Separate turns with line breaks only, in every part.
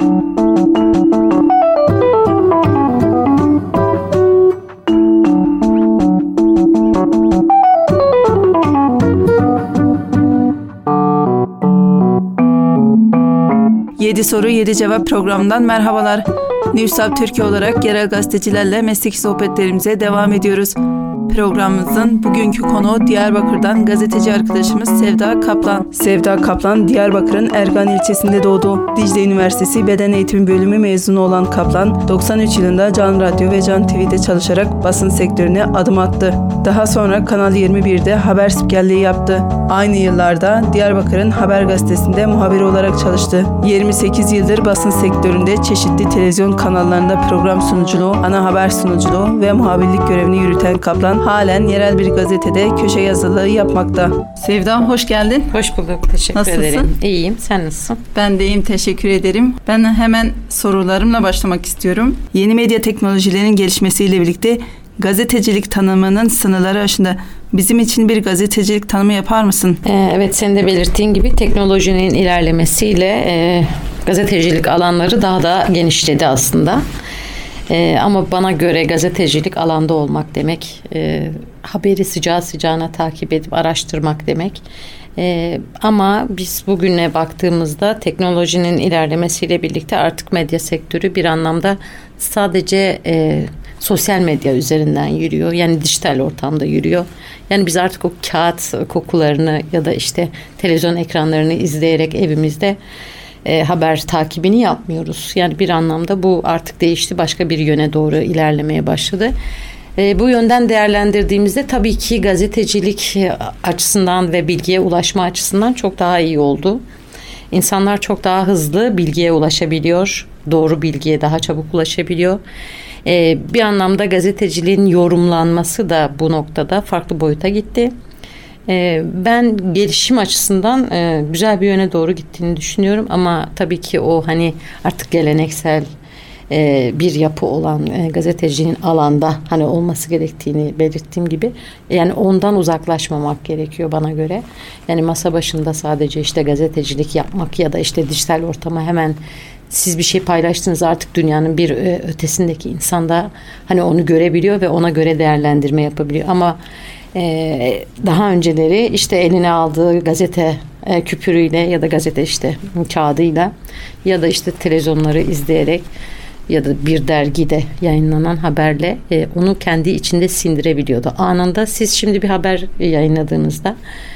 Yedi soru 7 cevap programından merhabalar. Newshub Türkiye olarak yerel gazetecilerle mesleki sohbetlerimize devam ediyoruz. Programımızın bugünkü konuğu Diyarbakır'dan gazeteci arkadaşımız Sevda Kaplan. Sevda Kaplan, Diyarbakır'ın Ergan ilçesinde doğdu. Dicle Üniversitesi Beden Eğitimi Bölümü mezunu olan Kaplan, 93 yılında Can Radyo ve Can TV'de çalışarak basın sektörüne adım attı. Daha sonra Kanal 21'de haber spikerliği yaptı. Aynı yıllarda Diyarbakır'ın Haber Gazetesi'nde muhabir olarak çalıştı. 28 yıldır basın sektöründe çeşitli televizyon kanallarında program sunuculuğu, ana haber sunuculuğu ve muhabirlik görevini yürüten Kaplan, halen yerel bir gazetede köşe yazarlığı yapmakta. Sevda, hoş geldin.
Hoş bulduk, teşekkür
Nasılsın?
ederim. İyiyim, sen nasılsın?
Ben de iyiyim, teşekkür ederim. Ben hemen sorularımla başlamak istiyorum. Yeni medya teknolojilerinin gelişmesiyle birlikte gazetecilik tanımının sınırları aşında. Bizim için bir gazetecilik tanımı yapar mısın?
Evet, senin de belirttiğin gibi teknolojinin ilerlemesiyle gazetecilik alanları daha da genişledi aslında. Ama bana göre gazetecilik alanda olmak demek, haberi sıcağı sıcağına takip edip araştırmak demek. Ama biz bugüne baktığımızda teknolojinin ilerlemesiyle birlikte artık medya sektörü bir anlamda sadece sosyal medya üzerinden yürüyor. Yani dijital ortamda yürüyor. Yani biz artık o kağıt kokularını ya da işte televizyon ekranlarını izleyerek evimizde haber takibini yapmıyoruz. Yani bir anlamda bu artık değişti. Başka bir yöne doğru ilerlemeye başladı. Bu yönden değerlendirdiğimizde tabii ki gazetecilik açısından ve bilgiye ulaşma açısından çok daha iyi oldu. İnsanlar çok daha hızlı bilgiye ulaşabiliyor. Doğru bilgiye daha çabuk ulaşabiliyor. Bir anlamda gazeteciliğin yorumlanması da bu noktada farklı boyuta gitti. Ben gelişim açısından güzel bir yöne doğru gittiğini düşünüyorum ama tabii ki o hani artık geleneksel bir yapı olan gazeteciliğin alanda hani olması gerektiğini belirttiğim gibi yani ondan uzaklaşmamak gerekiyor bana göre. Yani masa başında sadece işte gazetecilik yapmak ya da işte dijital ortama hemen siz bir şey paylaştınız artık dünyanın bir ötesindeki insan da hani onu görebiliyor ve ona göre değerlendirme yapabiliyor ama daha önceleri işte eline aldığı gazete küpürüyle ya da gazete işte kağıdıyla ya da işte televizyonları izleyerek ya da bir dergide yayınlanan haberle onu kendi içinde sindirebiliyordu. Anında siz şimdi bir haber yayınladığınızda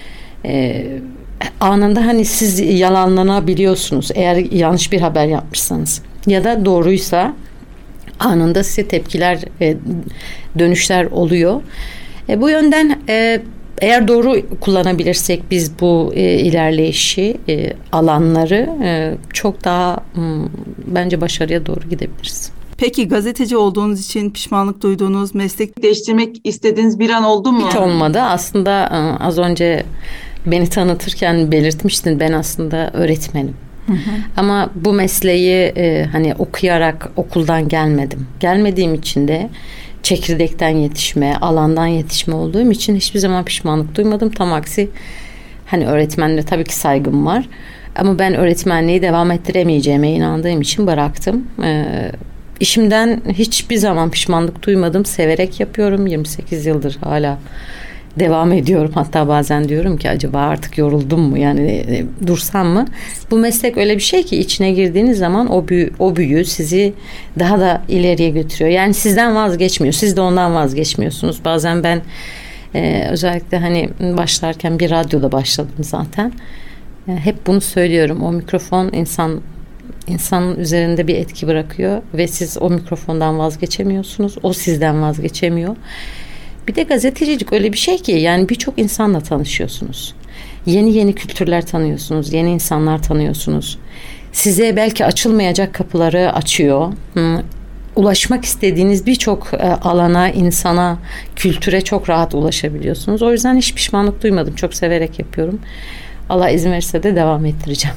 anında hani siz yalanlanabiliyorsunuz eğer yanlış bir haber yapmışsanız ya da doğruysa anında size tepkiler dönüşler oluyor. Bu yönden eğer doğru kullanabilirsek biz bu ilerleyişi alanları çok daha bence başarıya doğru gidebiliriz.
Peki gazeteci olduğunuz için pişmanlık duyduğunuz, meslek değiştirmek istediğiniz bir an oldu mu?
Hiç olmadı. Aslında az önce beni tanıtırken belirtmiştin ben aslında öğretmenim. Hı hı. Ama bu mesleği hani okuyarak okuldan gelmedim. Gelmediğim için de çekirdekten yetişme, alandan yetişme olduğum için hiçbir zaman pişmanlık duymadım. Tam aksi hani öğretmenlere tabii ki saygım var. Ama ben öğretmenliği devam ettiremeyeceğime inandığım için bıraktım. İşimden hiçbir zaman pişmanlık duymadım. Severek yapıyorum. 28 yıldır hala devam ediyorum. Hatta bazen diyorum ki acaba artık yoruldum mu? Yani dursam mı? Bu meslek öyle bir şey ki içine girdiğiniz zaman o büyü sizi daha da ileriye götürüyor. Yani sizden vazgeçmiyor. Siz de ondan vazgeçmiyorsunuz. Bazen ben özellikle hani başlarken bir radyoda başladım zaten. Hep bunu söylüyorum. O mikrofon insanın üzerinde bir etki bırakıyor ve siz o mikrofondan vazgeçemiyorsunuz. O sizden vazgeçemiyor. Bir de gazetecilik öyle bir şey ki yani birçok insanla tanışıyorsunuz. Yeni kültürler tanıyorsunuz. Yeni insanlar tanıyorsunuz. Size belki açılmayacak kapıları açıyor. Ulaşmak istediğiniz birçok alana, insana, kültüre çok rahat ulaşabiliyorsunuz. O yüzden hiç pişmanlık duymadım. Çok severek yapıyorum. Allah izin verirse de devam ettireceğim.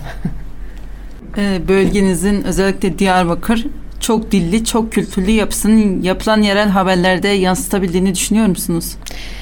Bölgenizin özellikle Diyarbakır çok dilli, çok kültürlü yapısının yapılan yerel haberlerde yansıtabildiğini düşünüyor musunuz?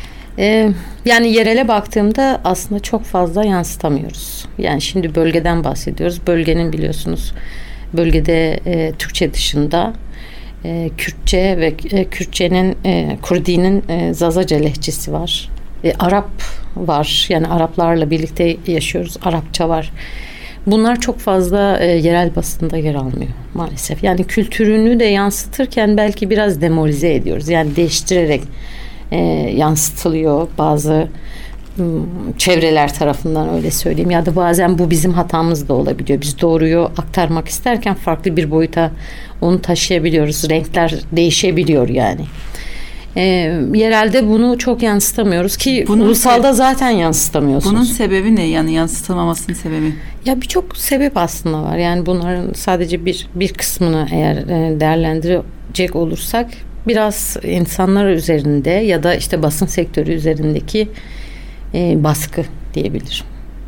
Yani yerele baktığımda aslında çok fazla yansıtamıyoruz. Yani şimdi bölgeden bahsediyoruz. Bölgenin biliyorsunuz bölgede Türkçe dışında Kürtçe ve Kürtçenin Kurdi'nin Zazaca lehçesi var. Arap var. Yani Araplarla birlikte yaşıyoruz. Arapça var. Bunlar çok fazla yerel basında yer almıyor maalesef. Yani kültürünü de yansıtırken belki biraz demoralize ediyoruz. Yani değiştirerek yansıtılıyor bazı çevreler tarafından, öyle söyleyeyim. Ya da bazen bu bizim hatamız da olabiliyor. Biz doğruyu aktarmak isterken farklı bir boyuta onu taşıyabiliyoruz. Renkler değişebiliyor yani. Yerelde bunu çok yansıtamıyoruz ki ulusalda zaten yansıtamıyorsunuz.
Bunun sebebi ne? Yani yansıtılmamasının sebebi?
Ya birçok sebep aslında var. Yani bunların sadece bir kısmını eğer değerlendirecek olursak biraz insanlar üzerinde ya da işte basın sektörü üzerindeki baskı diyebilirim.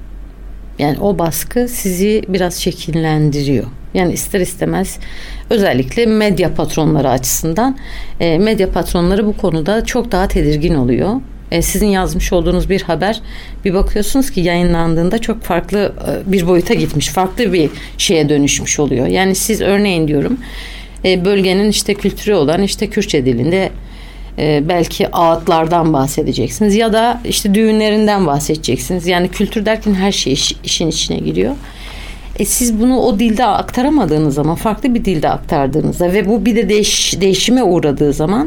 Yani o baskı sizi biraz şekillendiriyor. Yani ister istemez özellikle medya patronları açısından medya patronları bu konuda çok daha tedirgin oluyor. Sizin yazmış olduğunuz bir haber, bir bakıyorsunuz ki yayınlandığında çok farklı bir boyuta gitmiş, farklı bir şeye dönüşmüş oluyor. Yani siz örneğin diyorum bölgenin işte kültürü olan işte Kürtçe dilinde belki ağıtlardan bahsedeceksiniz ya da işte düğünlerinden bahsedeceksiniz. Yani kültür derken her şey işin içine giriyor. Siz bunu o dilde aktaramadığınız zaman, farklı bir dilde aktardığınızda ve bu bir de değişime uğradığı zaman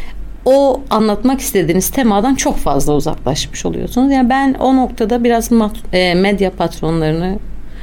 o anlatmak istediğiniz temadan çok fazla uzaklaşmış oluyorsunuz. Yani ben o noktada biraz medya patronlarını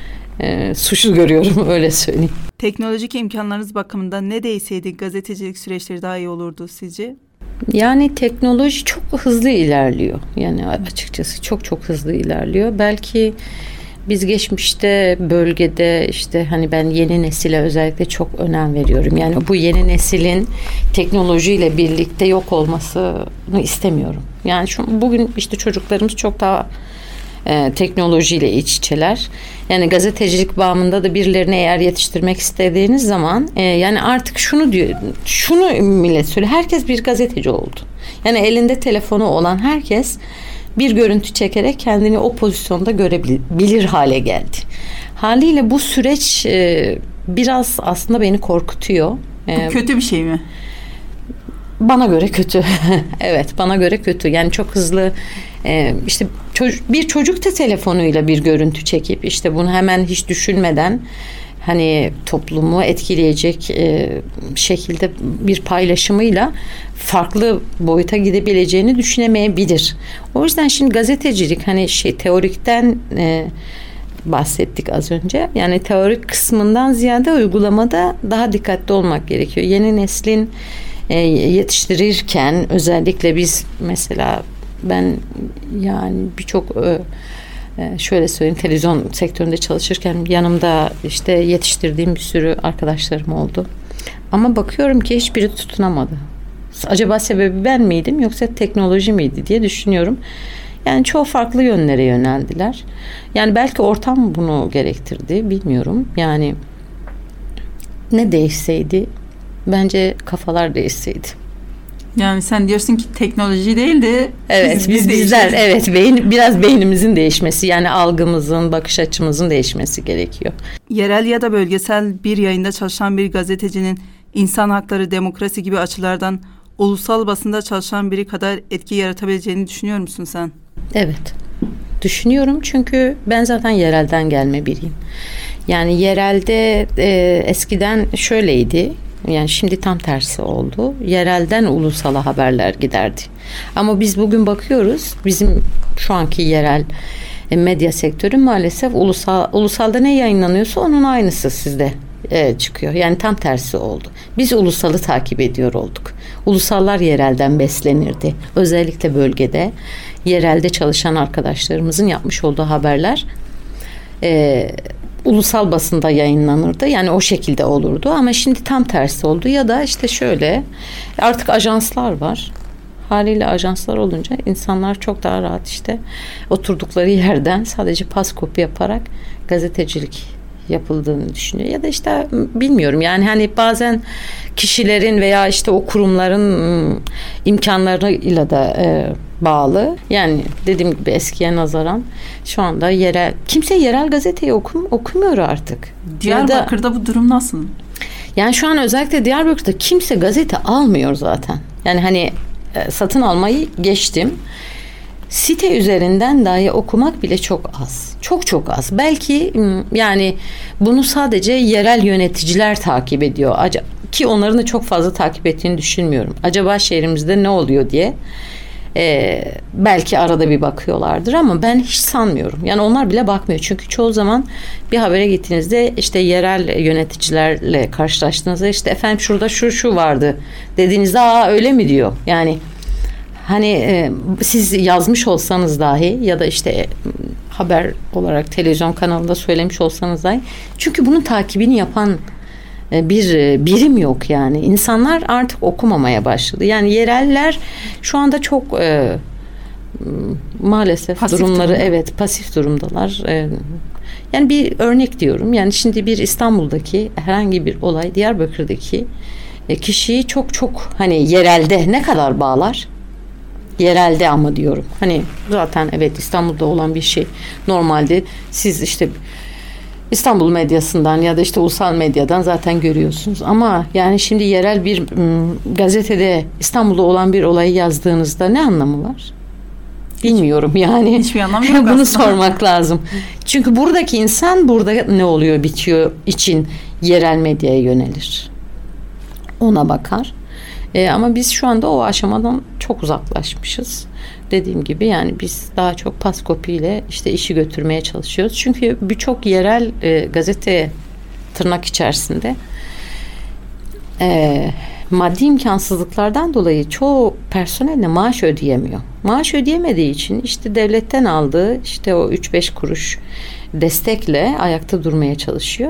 suçlu görüyorum, öyle söyleyeyim.
Teknolojik imkanlarınız bakımından ne değişseydi gazetecilik süreçleri daha iyi olurdu sizce?
Yani teknoloji çok hızlı ilerliyor. Yani açıkçası çok hızlı ilerliyor. Belki biz geçmişte bölgede işte hani ben yeni nesile özellikle çok önem veriyorum. Yani bu yeni neslin teknolojiyle birlikte yok olmasını istemiyorum. Yani bugün işte çocuklarımız çok daha teknolojiyle iç içeler. Yani gazetecilik bağımında da birilerini eğer yetiştirmek istediğiniz zaman yani artık şunu millet söylüyor. Herkes bir gazeteci oldu. Yani elinde telefonu olan herkes bir görüntü çekerek kendini o pozisyonda görebilir hale geldi. Haliyle bu süreç biraz aslında beni korkutuyor.
Bu kötü bir şey mi?
Bana göre kötü. Evet, bana göre kötü. Yani çok hızlı işte bir çocuk da telefonuyla bir görüntü çekip işte bunu hemen hiç düşünmeden hani toplumu etkileyecek şekilde bir paylaşımıyla farklı boyuta gidebileceğini düşünemeyebilir. O yüzden şimdi gazetecilik hani teorikten bahsettik az önce. Yani teorik kısmından ziyade uygulamada daha dikkatli olmak gerekiyor. Yeni neslin yetiştirirken özellikle biz mesela ben yani birçok şöyle söyleyeyim, televizyon sektöründe çalışırken yanımda işte yetiştirdiğim bir sürü arkadaşlarım oldu. Ama bakıyorum ki hiçbiri tutunamadı. Acaba sebebi ben miydim yoksa teknoloji miydi diye düşünüyorum. Yani çoğu farklı yönlere yöneldiler. Yani belki ortam bunu gerektirdi, bilmiyorum. Yani ne değişseydi? Bence kafalar değişseydi.
Yani sen diyorsun ki teknoloji değil de
evet bizler evet biraz beynimizin değişmesi, yani algımızın, bakış açımızın değişmesi gerekiyor.
Yerel ya da bölgesel bir yayında çalışan bir gazetecinin insan hakları, demokrasi gibi açılardan ulusal basında çalışan biri kadar etki yaratabileceğini düşünüyor musun sen?
Evet. Düşünüyorum çünkü ben zaten yerelden gelme biriyim. Yani yerelde eskiden şöyleydi. Yani şimdi tam tersi oldu. Yerelden ulusala haberler giderdi. Ama biz bugün bakıyoruz, bizim şu anki yerel medya sektörü maalesef ulusalda ne yayınlanıyorsa onun aynısı sizde çıkıyor. Yani tam tersi oldu. Biz ulusalı takip ediyor olduk. Ulusallar yerelden beslenirdi. Özellikle bölgede yerelde çalışan arkadaşlarımızın yapmış olduğu haberler ulusal basında yayınlanırdı. Yani o şekilde olurdu ama şimdi tam tersi oldu. Ya da işte şöyle, artık ajanslar var. Haliyle ajanslar olunca insanlar çok daha rahat işte oturdukları yerden sadece pas kopya yaparak gazetecilik yapıldığını düşünüyor. Ya da işte bilmiyorum yani hani bazen kişilerin veya işte o kurumların imkanlarıyla da bağlı. Yani dediğim gibi eskiye nazaran şu anda kimse yerel gazeteyi okumuyor artık.
Diyarbakır'da bu durum nasıl?
Yani şu an özellikle Diyarbakır'da kimse gazete almıyor zaten. Yani hani satın almayı geçtim. Site üzerinden dahi okumak bile çok az. Çok çok az. Belki yani bunu sadece yerel yöneticiler takip ediyor. Ki onların da çok fazla takip ettiğini düşünmüyorum. Acaba şehrimizde ne oluyor diye. Belki arada bir bakıyorlardır ama ben hiç sanmıyorum. Yani onlar bile bakmıyor. Çünkü çoğu zaman bir habere gittiğinizde işte yerel yöneticilerle karşılaştığınızda işte efendim şurada şu vardı dediğinizde öyle mi diyor. Yani hani siz yazmış olsanız dahi ya da işte haber olarak televizyon kanalında söylemiş olsanız dahi çünkü bunun takibini yapan bir birim yok yani. İnsanlar artık okumamaya başladı. Yani yereller şu anda çok maalesef pasif durumları pasif durumdalar. Yani bir örnek diyorum. Yani şimdi bir İstanbul'daki herhangi bir olay Diyarbakır'daki kişiyi çok çok hani yerelde ne kadar bağlar? Yerelde ama diyorum. Hani zaten evet İstanbul'da olan bir şey. Normalde siz işte İstanbul medyasından ya da işte ulusal medyadan zaten görüyorsunuz. Ama yani şimdi yerel bir gazetede İstanbul'da olan bir olayı yazdığınızda ne anlamı var? Bilmiyorum yani.
Hiçbir anlamı yok
bunu
aslında.
sormak lazım. Çünkü buradaki insan burada ne oluyor bitiyor için yerel medyaya yönelir. Ona bakar. Ama biz şu anda o aşamadan çok uzaklaşmışız. Dediğim gibi yani biz daha çok paskopiyle işte işi götürmeye çalışıyoruz. Çünkü birçok yerel gazete tırnak içerisinde maddi imkansızlıklardan dolayı çoğu personeline maaş ödeyemiyor. Maaş ödeyemediği için işte devletten aldığı işte o 3-5 kuruş destekle ayakta durmaya çalışıyor.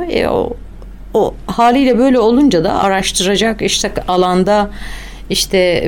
O haliyle böyle olunca da araştıracak işte alanda işte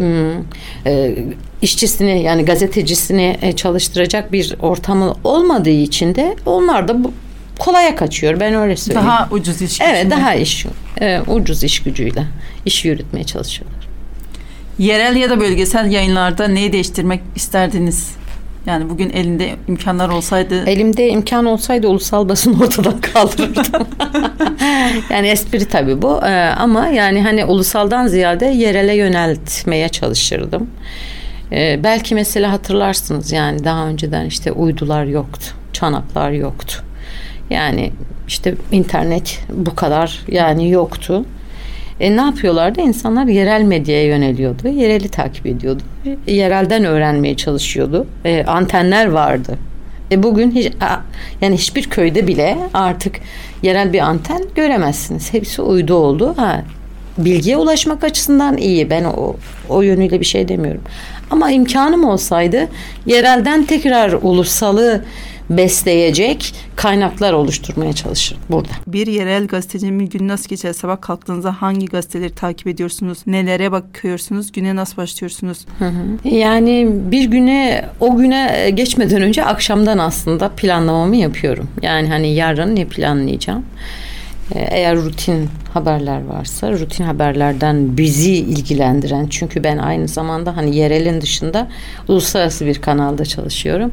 işçisini yani gazetecisini çalıştıracak bir ortamı olmadığı için de onlar da kolaya kaçıyor. Ben öyle söyleyeyim.
Daha ucuz iş gücüyle.
Evet daha ucuz iş gücüyle iş yürütmeye çalışıyorlar.
Yerel ya da bölgesel yayınlarda neyi değiştirmek isterdiniz? Yani bugün elinde imkanlar olsaydı...
Elimde imkan olsaydı ulusal basın ortadan kaldırırdım. Yani espri tabii bu. Ama yani hani ulusaldan ziyade yerele yöneltmeye çalışırdım. Belki mesela hatırlarsınız yani daha önceden işte uydular yoktu. Çanaklar yoktu. Yani işte internet bu kadar yani yoktu. Ne yapıyorlardı? İnsanlar yerel medyaya yöneliyordu. Yereli takip ediyordu. Yerelden öğrenmeye çalışıyordu. Antenler vardı. Bugün yani hiçbir köyde bile artık yerel bir anten göremezsiniz. Hepsi uydu oldu. Bilgiye ulaşmak açısından iyi. Ben o yönüyle bir şey demiyorum. Ama imkanım olsaydı yerelden tekrar ulusalı besleyecek kaynaklar oluşturmaya çalışırım burada.
Bir yerel gazetecinin gün nasıl geçer? Sabah kalktığınızda hangi gazeteleri takip ediyorsunuz? Nelere bakıyorsunuz? Güne nasıl başlıyorsunuz?
Yani o güne geçmeden önce akşamdan aslında planlamamı yapıyorum. Yani hani yarın ne planlayacağım? Eğer rutin haberler varsa rutin haberlerden bizi ilgilendiren çünkü ben aynı zamanda hani yerelin dışında uluslararası bir kanalda çalışıyorum.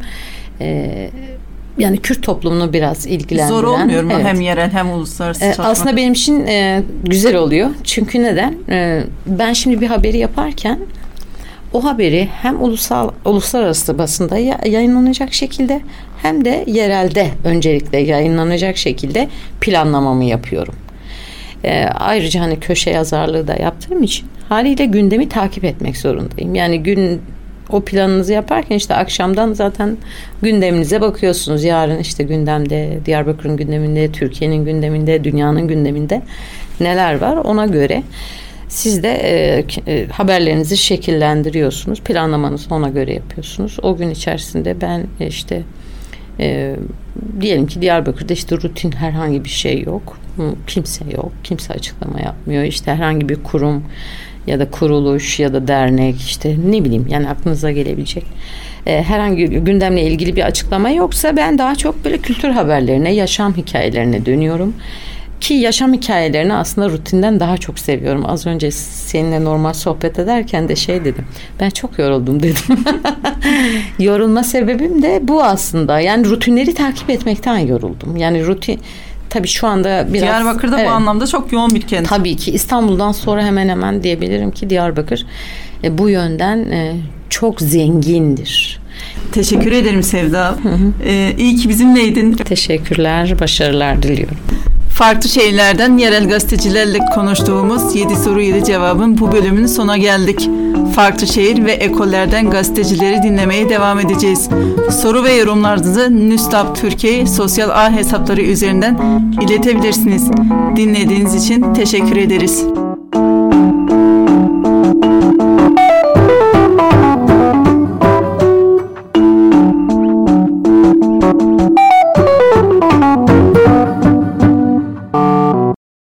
Yani Kürt toplumunu biraz ilgilendiren.
Zor olmuyor mu?
Evet.
Hem yerel hem uluslararası çalışmak.
Aslında benim için güzel oluyor. Çünkü neden? Ben şimdi bir haberi yaparken o haberi hem uluslararası basında yayınlanacak şekilde hem de yerelde öncelikle yayınlanacak şekilde planlamamı yapıyorum. Ayrıca hani köşe yazarlığı da yaptığım için haliyle gündemi takip etmek zorundayım. Yani o planınızı yaparken işte akşamdan zaten gündeminize bakıyorsunuz. Yarın işte gündemde, Diyarbakır'ın gündeminde, Türkiye'nin gündeminde, dünyanın gündeminde neler var ona göre siz de haberlerinizi şekillendiriyorsunuz. Planlamanızı ona göre yapıyorsunuz. O gün içerisinde ben işte Diyelim ki Diyarbakır'da işte rutin herhangi bir şey yok. Kimse yok. Kimse açıklama yapmıyor. İşte herhangi bir kurum ya da kuruluş ya da dernek, işte ne bileyim, yani aklınıza gelebilecek herhangi gündemle ilgili bir açıklama yoksa ben daha çok böyle kültür haberlerine, yaşam hikayelerine dönüyorum. Ki yaşam hikayelerini aslında rutinden daha çok seviyorum. Az önce seninle normal sohbet ederken de şey dedim. Ben çok yoruldum dedim. Yorulma sebebim de bu aslında. Yani rutinleri takip etmekten yoruldum. Yani rutin, tabii şu anda biraz...
Diyarbakır'da bu anlamda çok yoğun bir kent.
Tabii ki İstanbul'dan sonra hemen hemen diyebilirim ki Diyarbakır bu yönden çok zengindir.
Teşekkür ederim Sevda. İyi ki bizimleydin.
Teşekkürler, başarılar diliyorum.
Farklı şehirlerden yerel gazetecilerle konuştuğumuz 7 soru 7 cevabın bu bölümünün sonuna geldik. Farklı şehir ve ekollerden gazetecileri dinlemeye devam edeceğiz. Soru ve yorumlarınızı Nüstab Türkiye sosyal ağ hesapları üzerinden iletebilirsiniz. Dinlediğiniz için teşekkür ederiz.